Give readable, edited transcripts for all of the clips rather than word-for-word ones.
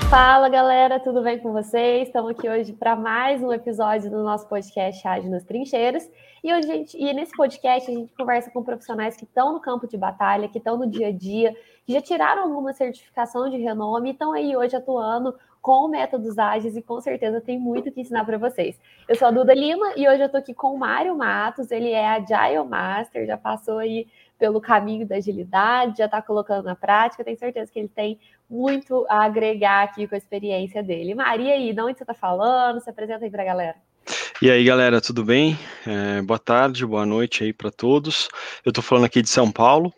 Fala galera, tudo bem com vocês? Estamos aqui hoje para mais um episódio do nosso podcast Ágil nas Trincheiras. E nesse podcast a gente conversa com profissionais que estão no campo de batalha, que estão no dia a dia, que já tiraram alguma certificação de renome e estão aí hoje atuando com métodos ágeis e com certeza tem muito que ensinar para vocês. Eu sou a Duda Lima e hoje eu estou aqui com o Mário Matos, ele é Agile Master, já passou aí pelo caminho da agilidade, já está colocando na prática, tenho certeza que ele tem muito a agregar aqui com a experiência dele. Maria, aí, de onde você está falando? Se apresenta aí para a galera. E aí, galera, tudo bem? Boa tarde, boa noite aí para todos. Eu estou falando aqui de São Paulo,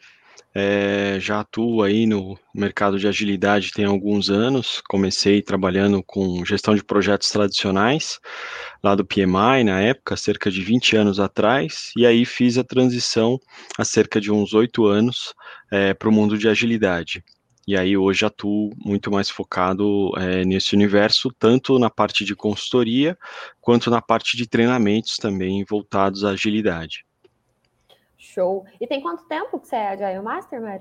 já atuo aí no mercado de agilidade tem alguns anos. Comecei trabalhando com gestão de projetos tradicionais, lá do PMI, na época, cerca de 20 anos atrás, e aí fiz a transição há cerca de uns 8 anos para o mundo de agilidade. E aí hoje atuo muito mais focado nesse universo, tanto na parte de consultoria, quanto na parte de treinamentos também voltados à agilidade. Show. E tem quanto tempo que você é Agile Master, Mário?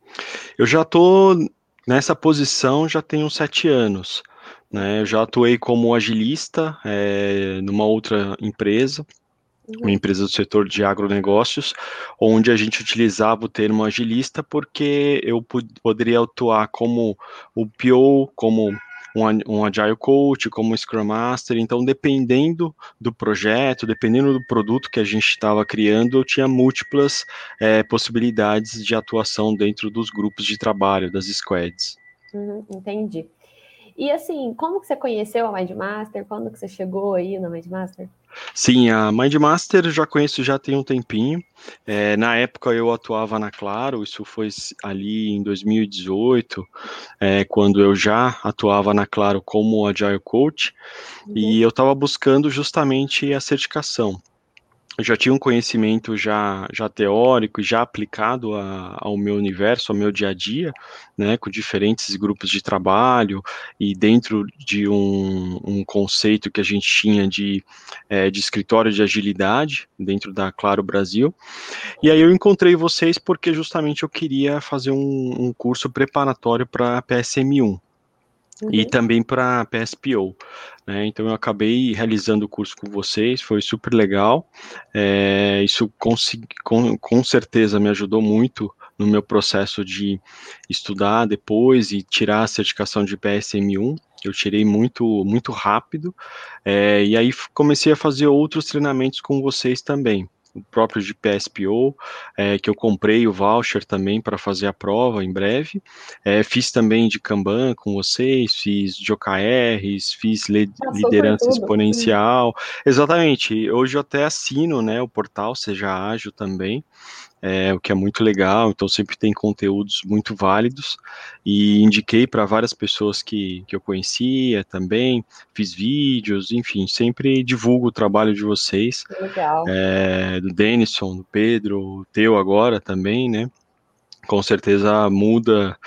Eu já estou nessa posição já tem uns 7 anos. Né? Eu já atuei como agilista numa outra empresa, uma empresa do setor de agronegócios, onde a gente utilizava o termo agilista porque eu poderia atuar como o PO, como um Agile Coach, como Scrum Master. Então, dependendo do projeto, dependendo do produto que a gente estava criando, eu tinha múltiplas possibilidades de atuação dentro dos grupos de trabalho, das squads. Entendi. E assim, como que você conheceu a MindMaster? Quando que você chegou aí na MindMaster? Sim, a MindMaster eu já conheço já tem um tempinho. Na época eu atuava na Claro, isso foi ali em 2018, quando eu já atuava na Claro como Agile Coach, e eu estava buscando justamente a certificação. Eu já tinha um conhecimento já teórico e já aplicado ao meu universo, ao meu dia a dia, né, com diferentes grupos de trabalho e dentro de um conceito que a gente tinha de escritório de agilidade dentro da Claro Brasil. E aí eu encontrei vocês porque justamente eu queria fazer um curso preparatório para PSM1. E também para PSPO, né? Então eu acabei realizando o curso com vocês, foi super legal. Isso com certeza me ajudou muito no meu processo de estudar depois e tirar a certificação de PSM1. Eu tirei muito rápido, e aí comecei a fazer outros treinamentos com vocês também. O próprio de PSPO, que eu comprei o voucher também para fazer a prova em breve. Fiz também de Kanban com vocês, fiz de OKRs, fiz Passou por liderança tudo. exponencial. Exatamente. Hoje eu até assino, né, o portal Seja Ágil também. O que é muito legal, então sempre tem conteúdos muito válidos, e indiquei para várias pessoas que eu conhecia também, fiz vídeos, enfim, sempre divulgo o trabalho de vocês, Legal. do Denison, do Pedro, o teu agora também, né? Com certeza muda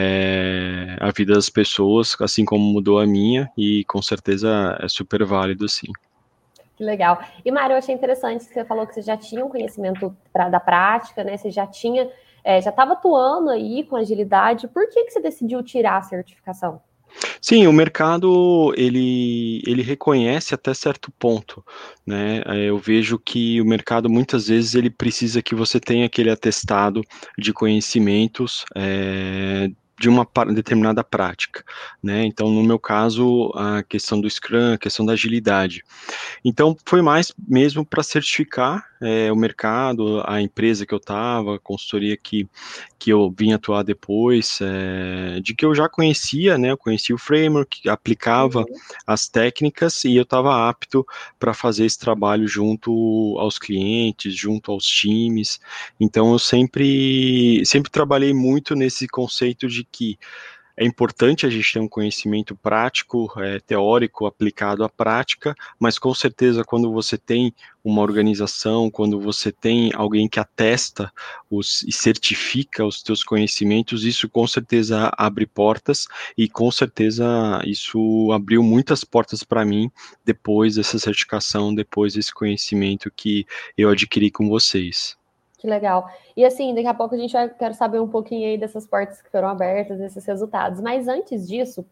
a vida das pessoas, assim como mudou a minha, e com certeza é super válido, sim. Que legal. E, Mário, eu achei interessante que você falou que você já tinha um conhecimento da prática, né? Você já tinha, já estava atuando aí com agilidade. Por que você decidiu tirar a certificação? Sim, o mercado ele reconhece até certo ponto, né? Eu vejo que o mercado muitas vezes ele precisa que você tenha aquele atestado de conhecimentos de uma determinada prática, né? Então, no meu caso, a questão do Scrum, a questão da agilidade. Então, foi mais mesmo para certificar o mercado, a empresa que eu estava, a consultoria que eu vim atuar depois, de que eu já conhecia, né? Eu conhecia o framework, aplicava as técnicas e eu estava apto para fazer esse trabalho junto aos clientes, junto aos times. Então, eu sempre trabalhei muito nesse conceito de que é importante a gente ter um conhecimento prático, teórico, aplicado à prática, mas com certeza quando você tem uma organização, quando você tem alguém que atesta e certifica os teus conhecimentos, isso com certeza abre portas e com certeza isso abriu muitas portas para mim depois dessa certificação, depois desse conhecimento que eu adquiri com vocês. Que legal. E assim, daqui a pouco a gente vai quero saber um pouquinho aí dessas portas que foram abertas, desses resultados. Mas antes disso,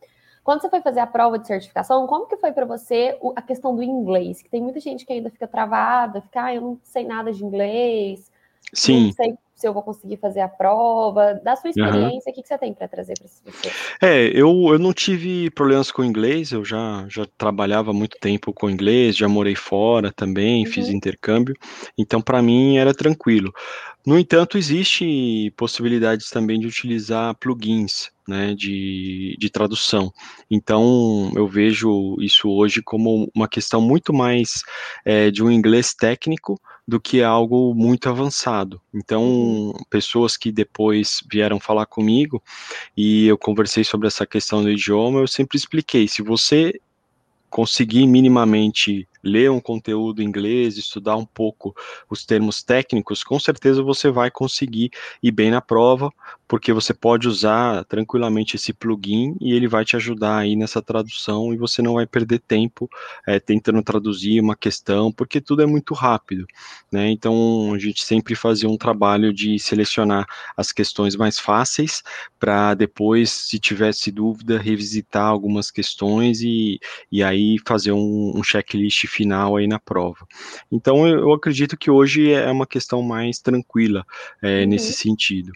Quando você foi fazer a prova de certificação, como que foi para você a questão do inglês? Que tem muita gente que ainda fica travada, fica, eu não sei nada de inglês, não Sim. sei se eu vou conseguir fazer a prova. Da sua Aham. experiência, o que você tem para trazer para essas pessoas? Eu não tive problemas com inglês, eu já trabalhava há muito tempo com inglês, já morei fora também, fiz Uhum, intercâmbio, então para mim era tranquilo. No entanto, existe possibilidades também de utilizar plugins, né, de tradução. Então, eu vejo isso hoje como uma questão muito mais de um inglês técnico do que algo muito avançado. uhum, Então, pessoas que depois vieram falar comigo e eu conversei sobre essa questão do idioma, eu sempre expliquei, se você conseguir minimamente ler um conteúdo em inglês, estudar um pouco os termos técnicos, com certeza você vai conseguir ir bem na prova, porque você pode usar tranquilamente esse plugin e ele vai te ajudar aí nessa tradução e você não vai perder tempo tentando traduzir uma questão, porque tudo é muito rápido, né? Então a gente sempre fazia um trabalho de selecionar as questões mais fáceis para depois, se tivesse dúvida, revisitar algumas questões e aí fazer um checklist final aí na prova. Então eu acredito que hoje é uma questão mais tranquila nesse uhum. sentido.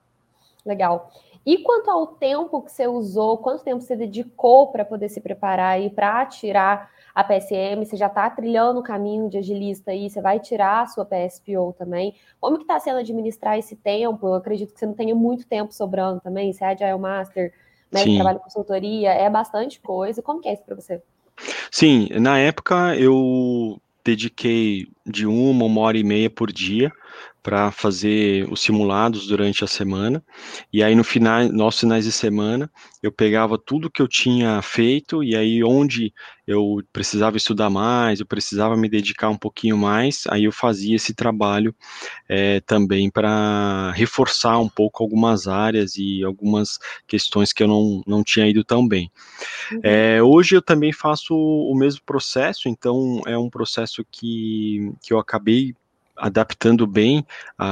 Legal. E quanto ao tempo que você usou, quanto tempo você dedicou para poder se preparar aí para tirar a PSM? Você já está trilhando o caminho de agilista aí, você vai tirar a sua PSPO também. Como que está sendo administrar esse tempo? Eu acredito que você não tenha muito tempo sobrando também. Você é Agile Master, mestre Sim. trabalho em consultoria, é bastante coisa. Como que é isso para você? Sim, na época eu dediquei de 1 hora e meia por dia para fazer os simulados durante a semana, e aí no final, nos finais de semana, eu pegava tudo que eu tinha feito, e aí onde eu precisava estudar mais, eu precisava me dedicar um pouquinho mais, aí eu fazia esse trabalho também para reforçar um pouco algumas áreas e algumas questões que eu não tinha ido tão bem. Uhum, Hoje eu também faço o mesmo processo, então é um processo que eu acabei adaptando bem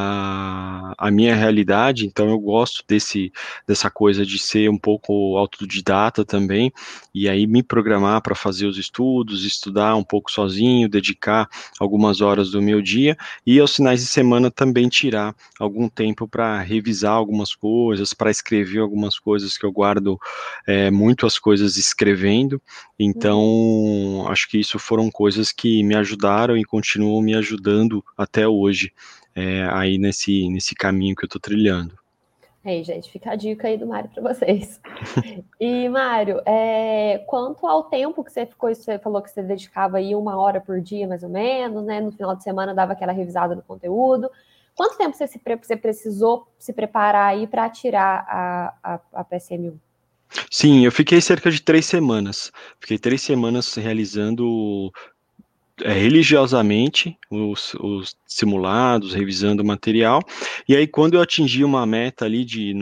à minha realidade, então eu gosto dessa coisa de ser um pouco autodidata também, e aí me programar para fazer os estudos, estudar um pouco sozinho, dedicar algumas horas do meu dia, e aos finais de semana também tirar algum tempo para revisar algumas coisas, para escrever algumas coisas que eu guardo muito as coisas escrevendo, uhum. então acho que isso foram coisas que me ajudaram e continuam me ajudando até hoje, aí nesse caminho que eu estou trilhando. Aí, gente, fica a dica aí do Mário para vocês. E, Mário, quanto ao tempo que você ficou, você falou que você dedicava aí 1 hora por dia, mais ou menos, né? No final de semana dava aquela revisada no conteúdo. Quanto tempo você precisou se preparar aí para tirar a PSM1? Sim, eu fiquei cerca de 3 semanas. Fiquei 3 semanas realizando religiosamente os simulados, revisando o material, e aí quando eu atingi uma meta ali de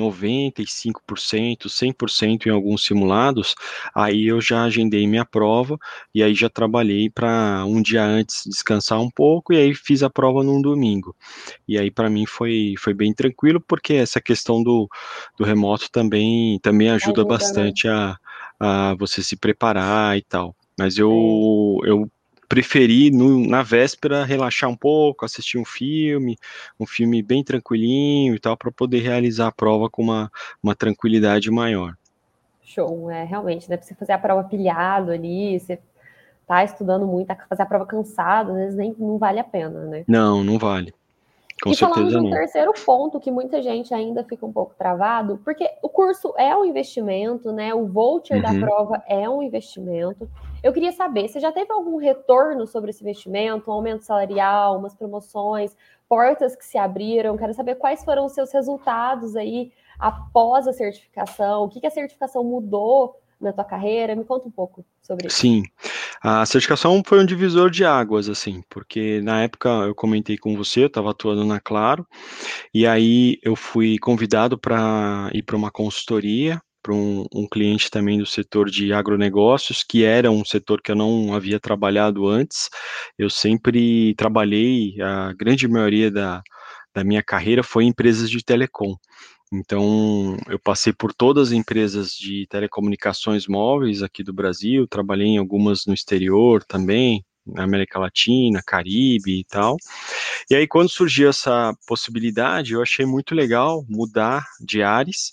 95%, 100% em alguns simulados, aí eu já agendei minha prova, e aí já trabalhei para um dia antes descansar um pouco, e aí fiz a prova num domingo. E aí para mim foi bem tranquilo, porque essa questão do remoto também ajuda Ajuda, né? bastante a você se preparar e tal. Mas É. eu preferi na véspera relaxar um pouco, assistir um filme bem tranquilinho e tal, para poder realizar a prova com uma tranquilidade maior. Show, realmente, né? Pra você fazer a prova pilhado ali, você tá estudando muito, tá fazer a prova cansado, às vezes nem não vale a pena, né? Não, não vale. Com E falando de certeza um não. terceiro ponto que muita gente ainda fica um pouco travado, porque o curso é um investimento, né? O voucher da Uhum. prova é um investimento. Eu queria saber, você já teve algum retorno sobre esse investimento, um aumento salarial, umas promoções, portas que se abriram? Quero saber quais foram os seus resultados aí após a certificação, o que a certificação mudou na tua carreira? Me conta um pouco sobre isso. Sim, a certificação foi um divisor de águas, assim, porque na época eu comentei com você, eu estava atuando na Claro, e aí eu fui convidado para ir para uma consultoria, para um cliente também do setor de agronegócios, que era um setor que eu não havia trabalhado antes. Eu sempre trabalhei, a grande maioria da minha carreira foi em empresas de telecom. Então, eu passei por todas as empresas de telecomunicações móveis aqui do Brasil, trabalhei em algumas no exterior também, na América Latina, Caribe e tal. E aí, quando surgiu essa possibilidade, eu achei muito legal mudar de áreas,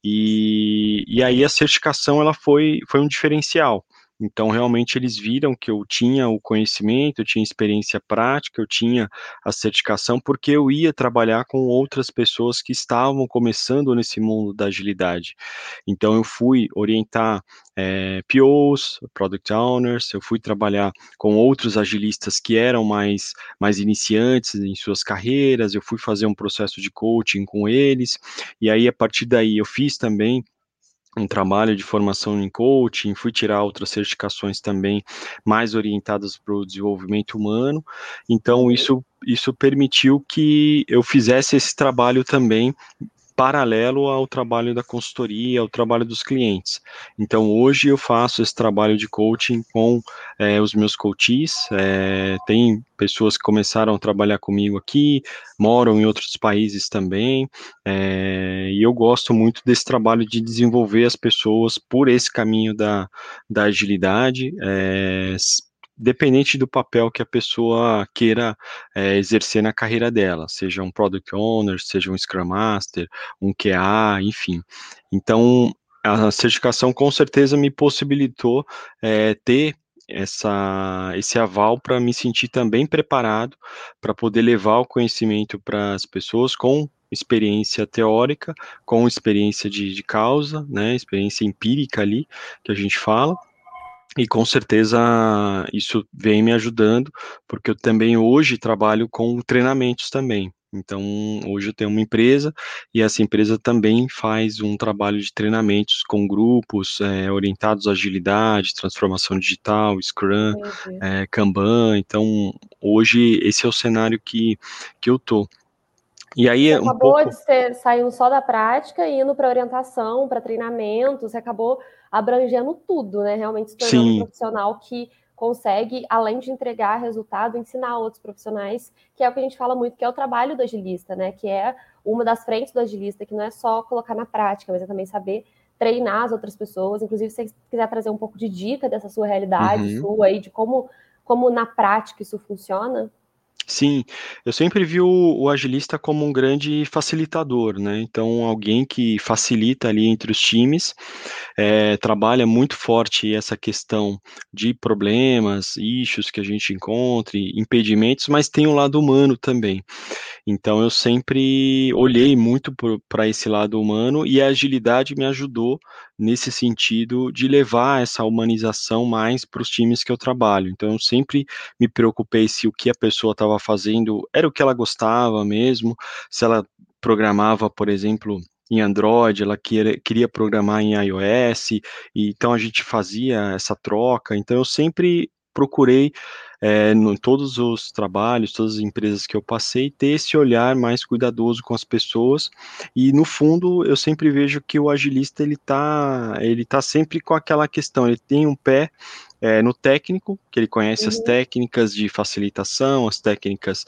e aí a certificação ela foi um diferencial. Então, realmente, eles viram que eu tinha o conhecimento, eu tinha experiência prática, eu tinha a certificação, porque eu ia trabalhar com outras pessoas que estavam começando nesse mundo da agilidade. Então, eu fui orientar POs, Product Owners, eu fui trabalhar com outros agilistas que eram mais iniciantes em suas carreiras, eu fui fazer um processo de coaching com eles, e aí, a partir daí, eu fiz também um trabalho de formação em coaching, fui tirar outras certificações também mais orientadas para o desenvolvimento humano. Então, Uhum. isso permitiu que eu fizesse esse trabalho também paralelo ao trabalho da consultoria, ao trabalho dos clientes. Então, hoje eu faço esse trabalho de coaching com os meus coaches, tem pessoas que começaram a trabalhar comigo aqui, moram em outros países também, e eu gosto muito desse trabalho de desenvolver as pessoas por esse caminho da agilidade, dependente do papel que a pessoa queira exercer na carreira dela, seja um Product Owner, seja um Scrum Master, um QA, enfim. Então, a certificação com certeza me possibilitou ter esse aval para me sentir também preparado para poder levar o conhecimento para as pessoas com experiência teórica, com experiência de causa, né, experiência empírica ali, que a gente fala, e com certeza isso vem me ajudando, porque eu também hoje trabalho com treinamentos também. Então, hoje eu tenho uma empresa e essa empresa também faz um trabalho de treinamentos com grupos orientados à agilidade, transformação digital, Scrum, Entendi. Kanban. Então, hoje esse é o cenário que eu tô. E aí Você é um acabou pouco. de ser, saindo só da prática e indo para orientação, para treinamento, você acabou abrangendo tudo, né? Realmente se tornando um Sim. profissional que consegue, além de entregar resultado, ensinar outros profissionais, que é o que a gente fala muito, que é o trabalho do agilista, né? Que é uma das frentes do agilista, que não é só colocar na prática, mas é também saber treinar as outras pessoas. Inclusive, se você quiser trazer um pouco de dica dessa sua realidade, Uhum. sua aí, de como na prática isso funciona. Sim, eu sempre vi o agilista como um grande facilitador, né? Então, alguém que facilita ali entre os times, trabalha muito forte essa questão de problemas, issues que a gente encontre, impedimentos, mas tem um lado humano também. Então, eu sempre olhei muito para esse lado humano e a agilidade me ajudou nesse sentido de levar essa humanização mais para os times que eu trabalho. Então, eu sempre me preocupei se o que a pessoa estava fazendo era o que ela gostava mesmo, se ela programava, por exemplo, em Android, ela queria programar em iOS, e então a gente fazia essa troca. Então, eu sempre procurei em todos os trabalhos, todas as empresas que eu passei, ter esse olhar mais cuidadoso com as pessoas, e no fundo eu sempre vejo que o agilista ele tá sempre com aquela questão, ele tem um pé no técnico, que ele conhece as Uhum. técnicas de facilitação, as técnicas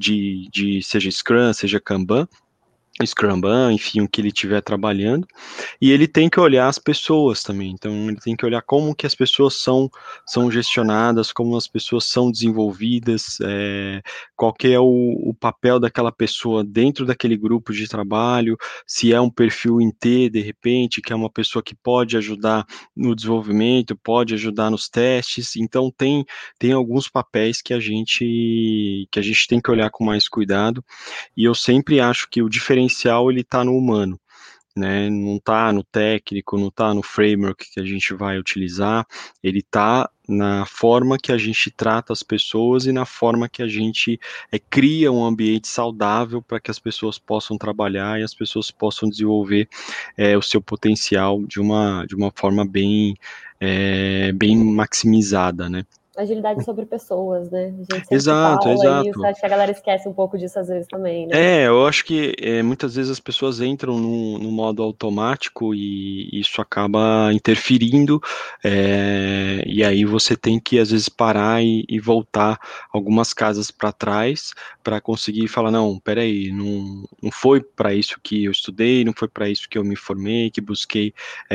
de seja Scrum, seja Kanban, Scrumban, enfim, o que ele estiver trabalhando, e ele tem que olhar as pessoas também, então ele tem que olhar como que as pessoas são gestionadas, como as pessoas são desenvolvidas, qual que é o papel daquela pessoa dentro daquele grupo de trabalho, se é um perfil em T, de repente, que é uma pessoa que pode ajudar no desenvolvimento, pode ajudar nos testes, então tem alguns papéis que a gente tem que olhar com mais cuidado, e eu sempre acho que o diferencial ele está no humano, né? Não está no técnico, não está no framework que a gente vai utilizar, ele está na forma que a gente trata as pessoas e na forma que a gente cria um ambiente saudável para que as pessoas possam trabalhar e as pessoas possam desenvolver o seu potencial de uma forma bem maximizada, né? Agilidade sobre pessoas, né? A gente sempre Exato, fala isso, exato. acho que a galera esquece um pouco disso às vezes também, né? Eu acho que muitas vezes as pessoas entram no modo automático e isso acaba interferindo, e aí você tem que às vezes parar e voltar algumas casas para trás para conseguir falar, não, peraí, não foi para isso que eu estudei, não foi para isso que eu me formei, que busquei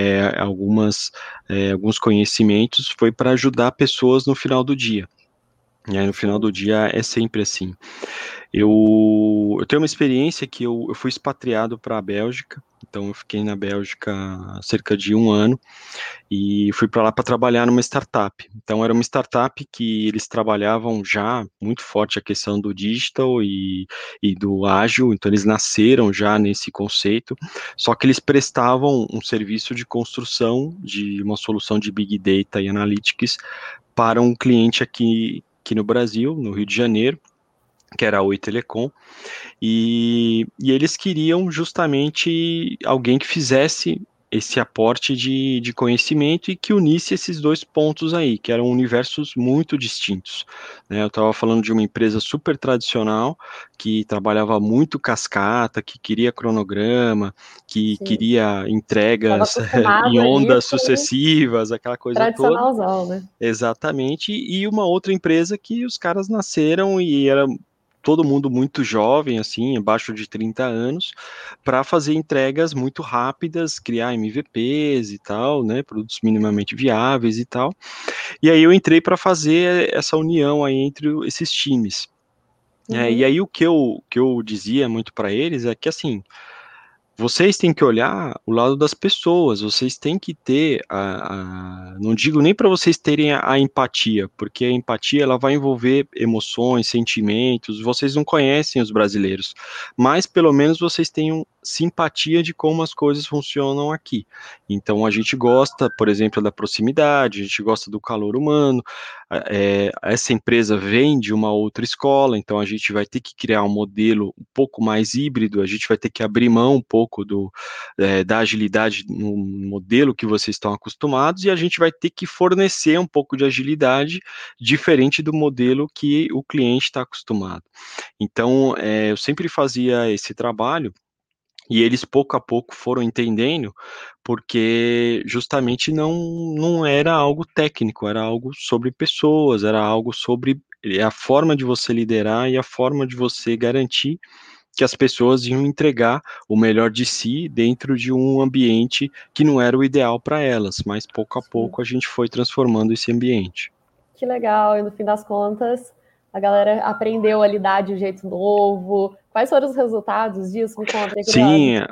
alguns conhecimentos, foi para ajudar pessoas no final do dia. E aí no final Sim. do dia é sempre assim. Eu tenho uma experiência que eu fui expatriado para a Bélgica, então eu fiquei na Bélgica cerca de um ano e fui para lá para trabalhar numa startup. Então era uma startup que eles trabalhavam já muito forte a questão do digital e do ágil, então eles nasceram já nesse conceito, só que eles prestavam um serviço de construção de uma solução de Big Data e Analytics para um cliente aqui no Brasil, no Rio de Janeiro, que era a Oi Telecom, e eles queriam justamente alguém que fizesse esse aporte de conhecimento e que unisse esses dois pontos aí, que eram universos muito distintos, né? Eu estava falando de uma empresa super tradicional, que trabalhava muito cascata, que queria cronograma, que Sim. queria Estava entregas em acostumado ali ondas com sucessivas, aquela coisa toda. tradicionalzão, né? Exatamente, e uma outra empresa que os caras nasceram e era todo mundo muito jovem, assim, abaixo de 30 anos, para fazer entregas muito rápidas, criar MVPs e tal, né, produtos minimamente viáveis e tal. E aí eu entrei para fazer essa união aí entre esses times. E Uhum. aí o que eu dizia muito para eles é que assim, vocês têm que olhar o lado das pessoas, vocês têm que ter não digo nem para vocês terem a empatia, porque a empatia ela vai envolver emoções, sentimentos, vocês não conhecem os brasileiros, mas pelo menos vocês tenham simpatia de como as coisas funcionam aqui. Então a gente gosta, por exemplo, da proximidade, a gente gosta do calor humano, essa empresa vem de uma outra escola, então a gente vai ter que criar um modelo um pouco mais híbrido, a gente vai ter que abrir mão um pouco da agilidade no modelo que vocês estão acostumados e a gente vai ter que fornecer um pouco de agilidade diferente do modelo que o cliente está acostumado. Então, eu sempre fazia esse trabalho e eles pouco a pouco foram entendendo, porque justamente não era algo técnico, era algo sobre pessoas, era algo sobre a forma de você liderar e a forma de você garantir que as pessoas iam entregar o melhor de si dentro de um ambiente que não era o ideal para elas, mas pouco a Sim. pouco a gente foi transformando esse ambiente. Que legal. E no fim das contas, a galera aprendeu a lidar de um jeito novo. Quais foram os resultados disso? Me conta, é curiosa. Sim,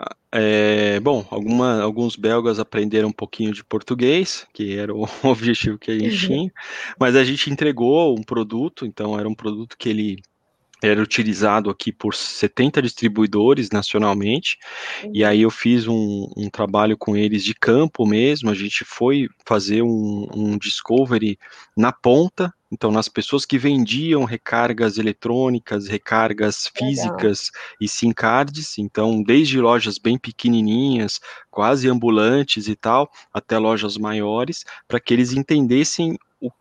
bom, alguns belgas aprenderam um pouquinho de português, que era o objetivo que a gente tinha, mas a gente entregou um produto, então era um produto que ele era utilizado aqui por 70 distribuidores nacionalmente, e aí Uhum. eu fiz um trabalho com eles de campo mesmo, a gente foi fazer um discovery na ponta, então nas pessoas que vendiam recargas eletrônicas, recargas Legal. físicas e SIM cards, então desde lojas bem pequenininhas, quase ambulantes e tal, até lojas maiores, para que eles entendessem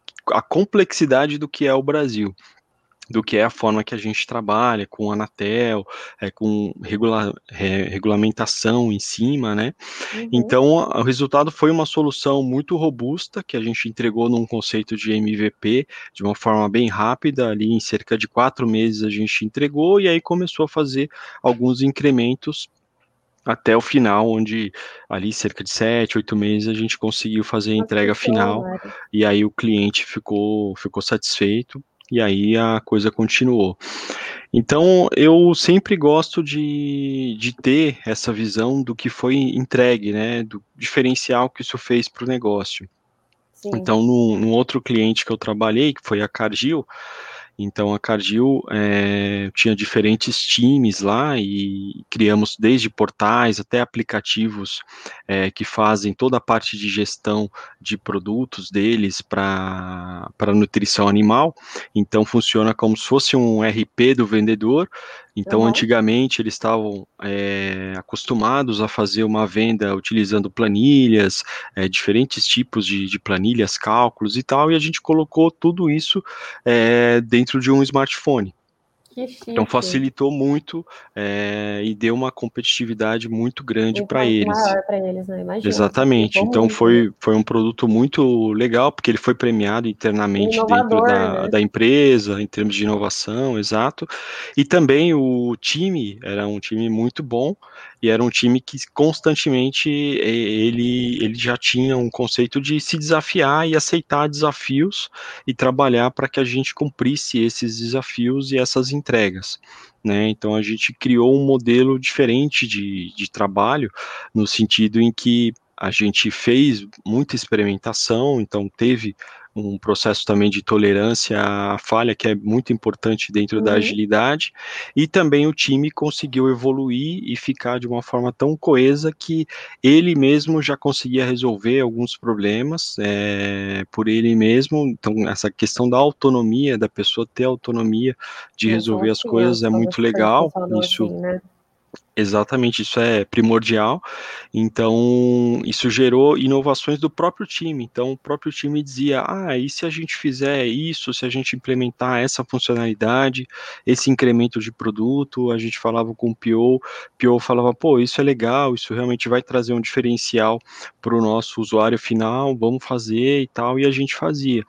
a complexidade do que é o Brasil, do que é a forma que a gente trabalha com a Anatel, com regulamentação em cima, né? Uhum. Então, o resultado foi uma solução muito robusta que a gente entregou num conceito de MVP de uma forma bem rápida, ali em cerca de 4 meses a gente entregou e aí começou a fazer alguns incrementos até o final, onde ali cerca de 7, 8 meses a gente conseguiu fazer a Nossa, que entrega show, final Mari. e aí o cliente ficou satisfeito e aí a coisa continuou. Então eu sempre gosto de ter essa visão do que foi entregue, né, do diferencial que isso fez para o negócio. Sim. Então, num outro cliente que eu trabalhei, que foi a Cargill, então a Cargill tinha diferentes times lá e criamos desde portais até aplicativos que fazem toda a parte de gestão de produtos deles para nutrição animal. Então funciona como se fosse um RP do vendedor, Então, antigamente, eles estavam acostumados a fazer uma venda utilizando planilhas, diferentes tipos de planilhas, cálculos e tal, e a gente colocou tudo isso dentro de um smartphone. Que chique. Então facilitou muito e deu uma competitividade muito grande para Muito eles. maior para eles, né? Imagina. Exatamente. Então Muito, né? foi um produto muito legal, porque ele foi premiado internamente dentro Inovador, né? da empresa, em termos de inovação, exato. E também o time era um time muito bom, e era um time que constantemente ele já tinha um conceito de se desafiar e aceitar desafios e trabalhar para que a gente cumprisse esses desafios e essas entregas. Né? Então a gente criou um modelo diferente de trabalho, no sentido em que a gente fez muita experimentação, então teve um processo também de tolerância à falha, que é muito importante dentro da agilidade, e também o time conseguiu evoluir e ficar de uma forma tão coesa que ele mesmo já conseguia resolver alguns problemas por ele mesmo. Então, essa questão da autonomia, da pessoa ter autonomia de resolver as coisas é muito legal. Isso assim, né? Exatamente, isso é primordial. Então, isso gerou inovações do próprio time. Então, o próprio time dizia: e se a gente fizer isso, se a gente implementar essa funcionalidade, esse incremento de produto? A gente falava com o PO falava: pô, isso é legal, isso realmente vai trazer um diferencial para o nosso usuário final, vamos fazer e tal, e a gente fazia.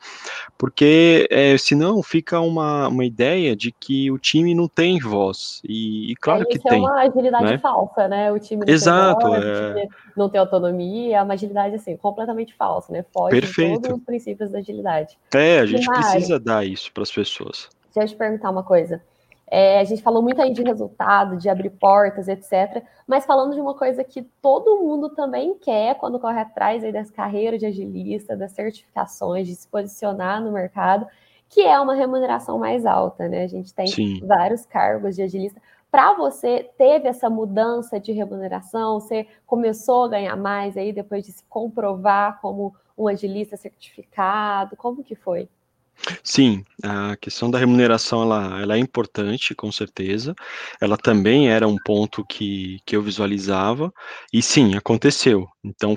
Porque senão fica uma ideia de que o time não tem voz, e claro que Isso é tem, uma agilidade né? falsa, né? O time não tem Exato, voz, o time não tem autonomia, é uma agilidade, assim, completamente falsa, né? Foge de todos perfeito. os princípios da agilidade. A E, gente Mari, precisa dar isso para as pessoas. deixa eu te perguntar uma coisa. A gente falou muito aí de resultado, de abrir portas, etc. Mas falando de uma coisa que todo mundo também quer quando corre atrás aí das carreiras de agilista, das certificações, de se posicionar no mercado, que é uma remuneração mais alta, né? A gente tem vários cargos de agilista. Para você, teve essa mudança de remuneração? Você começou a ganhar mais aí depois de se comprovar como um agilista certificado? Como que foi? Sim, a questão da remuneração ela é importante, com certeza. Ela também era um ponto que eu visualizava, e sim, aconteceu. Então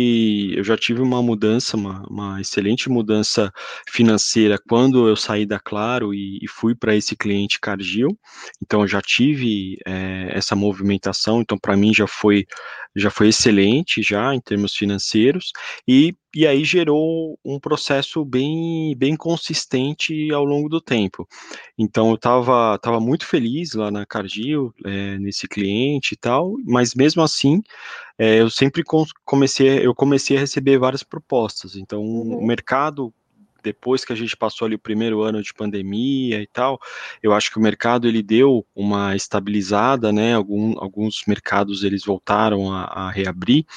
eu já tive uma mudança, uma excelente mudança financeira quando eu saí da Claro e fui para esse cliente Cargill. Então eu já tive essa movimentação, então para mim já foi excelente já em termos financeiros, e aí gerou um processo bem consistente ao longo do tempo. Então eu tava muito feliz lá na Cargill, nesse cliente e tal, mas mesmo assim eu sempre comecei a receber várias propostas. Então o mercado, depois que a gente passou ali o primeiro ano de pandemia e tal, eu acho que o mercado ele deu uma estabilizada, né? Alguns mercados eles voltaram a reabrir,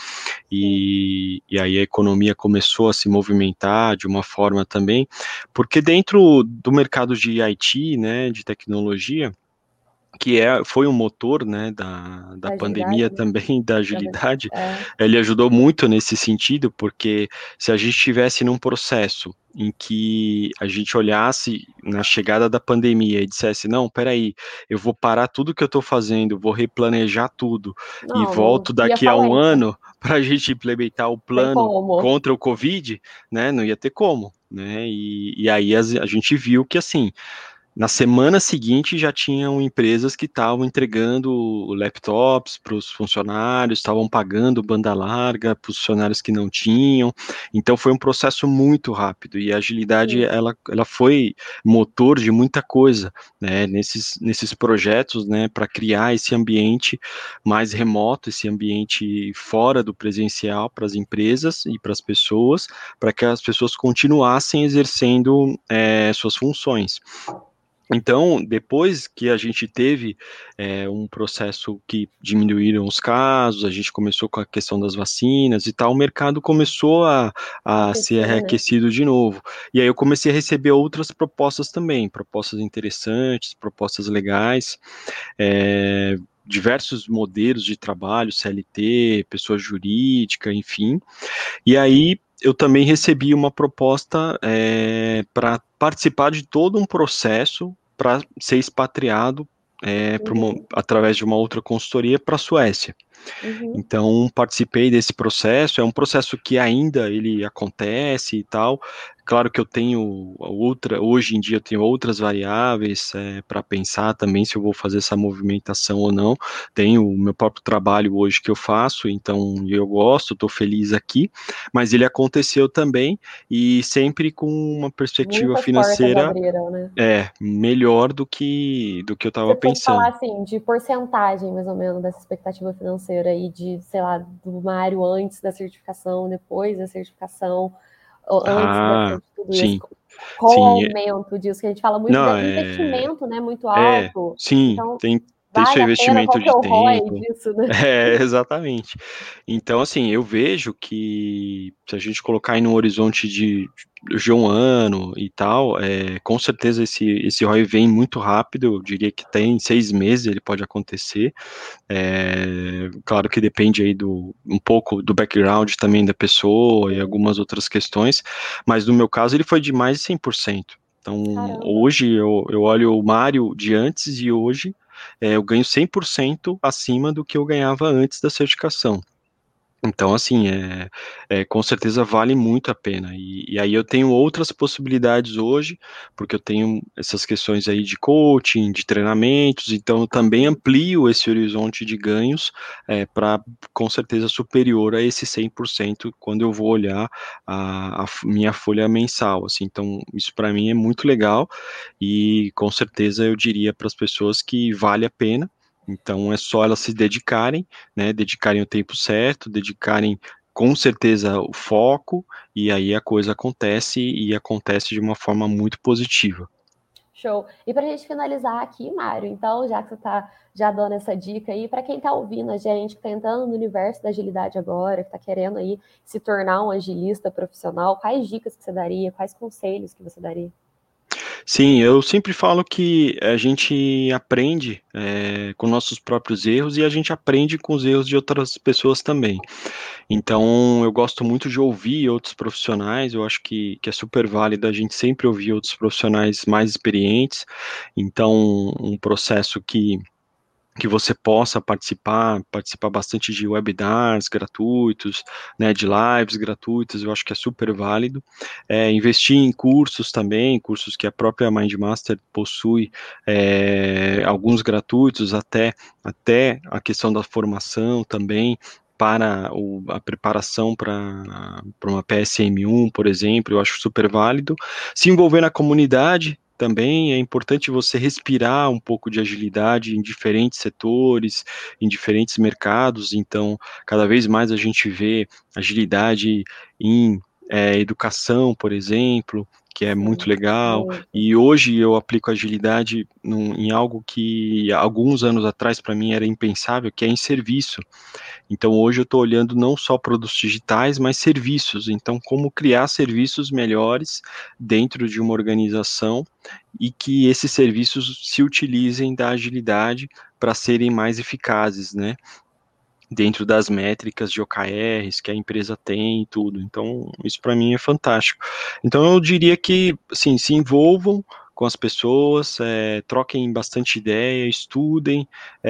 e aí a economia começou a se movimentar de uma forma também, porque dentro do mercado de IT, né, de tecnologia, que foi um motor, né, da pandemia Agilidade, né? também, da agilidade, ele ajudou muito nesse sentido, porque se a gente estivesse num processo em que a gente olhasse na chegada da pandemia e dissesse: não, peraí, eu vou parar tudo que eu estou fazendo, vou replanejar tudo e Não volto ia daqui a um falência. ano para a gente implementar o Tem plano como. contra o Covid, né, não ia ter como, né, e aí a gente viu que, assim, na semana seguinte já tinham empresas que estavam entregando laptops para os funcionários, estavam pagando banda larga para os funcionários que não tinham. Então foi um processo muito rápido, e a agilidade ela foi motor de muita coisa, né, nesses projetos, né, para criar esse ambiente mais remoto, esse ambiente fora do presencial para as empresas e para as pessoas, para que as pessoas continuassem exercendo suas funções. Então, depois que a gente teve um processo que diminuíram os casos, a gente começou com a questão das vacinas e tal, o mercado começou a ser Aquecer, né? reaquecido de novo. E aí eu comecei a receber outras propostas também, propostas interessantes, propostas legais, diversos modelos de trabalho, CLT, pessoa jurídica, enfim. E aí eu também recebi uma proposta para participar de todo um processo para ser expatriado Uhum, através de uma outra consultoria para a Suécia. uhum. Então, participei desse processo, é um processo que ainda ele acontece e tal. Claro que eu tenho hoje em dia eu tenho outras variáveis para pensar também se eu vou fazer essa movimentação ou não. Tenho o meu próprio trabalho hoje que eu faço, então eu gosto, estou feliz aqui, mas ele aconteceu também e sempre com uma perspectiva Muitas portas financeira abriram, né? melhor do que eu Se estava você fosse falar pensando. assim, de porcentagem, mais ou menos, dessa expectativa financeira aí de, sei lá, do Mário antes da certificação, depois da certificação, ou antes Ah, de tudo isso, sim, qual o sim, aumento disso? Que a gente fala muito de não, investimento, né, muito alto. sim, Então, tem seu vale a pena? investimento Qual que é de o ROI tempo, disso, né? exatamente. Então, assim, eu vejo que se a gente colocar aí no horizonte de um ano e tal, com certeza esse ROI vem muito rápido, eu diria que tem 6 meses ele pode acontecer, claro que depende aí um pouco do background também da pessoa e Sim. algumas outras questões, mas no meu caso ele foi de mais de 100%. Então, Caramba. hoje eu olho o Mário de antes e hoje eu ganho 100% acima do que eu ganhava antes da certificação. Então, assim, com certeza vale muito a pena. E aí eu tenho outras possibilidades hoje, porque eu tenho essas questões aí de coaching, de treinamentos, então eu também Uhum. amplio esse horizonte de ganhos para, com certeza, superior a esse 100% quando eu vou olhar a minha folha mensal. Assim, então, isso para mim é muito legal e, com certeza, eu diria para as pessoas que vale a pena. Então, é só elas se dedicarem, né, dedicarem o tempo certo, dedicarem com certeza o foco, e aí a coisa acontece e acontece de uma forma muito positiva. Show. E para a gente finalizar aqui, Mário, então, já que você está já dando essa dica aí, para quem está ouvindo a gente, que está entrando no universo da agilidade agora, que está querendo aí se tornar um agilista profissional, quais dicas que você daria, quais conselhos que você daria? Sim, eu sempre falo que a gente aprende com nossos próprios erros e a gente aprende com os erros de outras pessoas também. Então, eu gosto muito de ouvir outros profissionais, eu acho que é super válido a gente sempre ouvir outros profissionais mais experientes. Então, um processo que você possa participar bastante de webinars gratuitos, né, de lives gratuitas, eu acho que é super válido. Investir em cursos também, cursos que a própria MindMaster possui, alguns gratuitos, até a questão da formação também, para a preparação para uma PSM1, por exemplo, eu acho super válido. Se envolver na comunidade, também é importante você respirar um pouco de agilidade em diferentes setores, em diferentes mercados. Então, cada vez mais a gente vê agilidade em educação, por exemplo, que é muito Sim, legal. muito. E hoje eu aplico agilidade em algo que alguns anos atrás para mim era impensável, que é em serviço. Então, hoje eu estou olhando não só produtos digitais, mas serviços. Então, como criar serviços melhores dentro de uma organização e que esses serviços se utilizem da agilidade para serem mais eficazes, né? Dentro das métricas de OKRs que a empresa tem e tudo. Então, isso para mim é fantástico. Então, eu diria que, assim, se envolvam com as pessoas, troquem bastante ideia, estudem.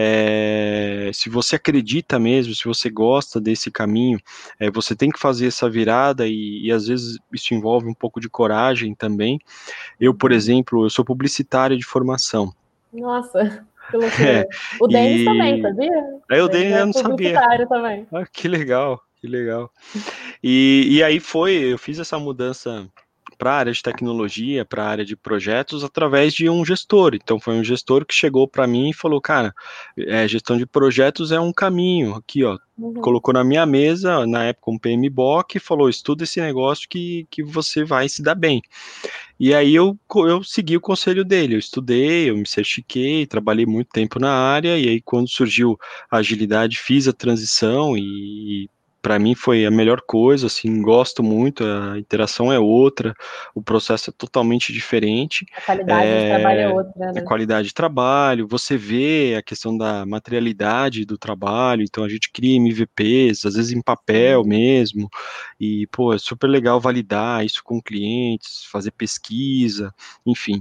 Se você acredita mesmo, se você gosta desse caminho, você tem que fazer essa virada e às vezes isso envolve um pouco de coragem também. Eu, por Uhum. exemplo, eu sou publicitário de formação. Nossa, que loucura. É, O Denis também, e sabia? aí O eu Denis dei, é eu não sabia. publicitário também. Ah, que legal, que legal. E aí eu fiz essa mudança para a área de tecnologia, para a área de projetos, através de um gestor. Então, foi um gestor que chegou para mim e falou: Cara, gestão de projetos é um caminho. Aqui, ó. Uhum. Colocou na minha mesa, na época, um PMBOK e falou: Estuda esse negócio que você vai se dar bem. E aí eu segui o conselho dele, eu estudei, eu me certifiquei, trabalhei muito tempo na área, e aí quando surgiu a agilidade, fiz a transição e para mim foi a melhor coisa, assim, gosto muito, a interação é outra, o processo é totalmente diferente, A qualidade de trabalho é outra, a né? qualidade de trabalho, você vê a questão da materialidade do trabalho, então a gente cria MVPs, às vezes em papel Sim. mesmo, e, pô, é super legal validar isso com clientes, fazer pesquisa, enfim.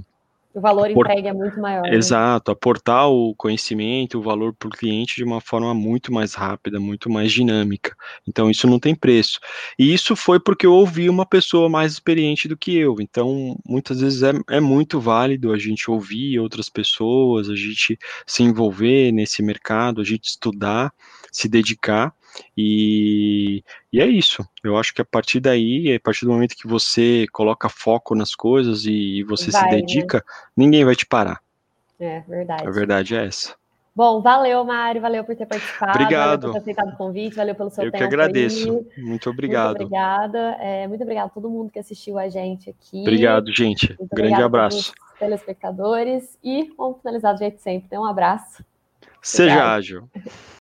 O valor entregue é muito maior, né? Exato, aportar o conhecimento, o valor para o cliente de uma forma muito mais rápida, muito mais dinâmica. Então, isso não tem preço. E isso foi porque eu ouvi uma pessoa mais experiente do que eu. Então, muitas vezes é muito válido a gente ouvir outras pessoas, a gente se envolver nesse mercado, a gente estudar, se dedicar. E é isso. Eu acho que a partir daí, a partir do momento que você coloca foco nas coisas e você se Vai, né? dedica, ninguém vai te parar. É A verdade. verdade é essa. Bom, valeu, Mário, valeu por ter participado, valeu por Obrigado. ter aceitado o convite, valeu pelo seu Eu que tempo agradeço. aí. Muito Muito obrigado. obrigada. Muito obrigada a todo mundo que assistiu a gente aqui. Obrigado, gente. Muito Grande obrigada a todos os abraço. telespectadores. E vamos finalizar do jeito sempre. Um abraço. Seja Obrigada. ágil.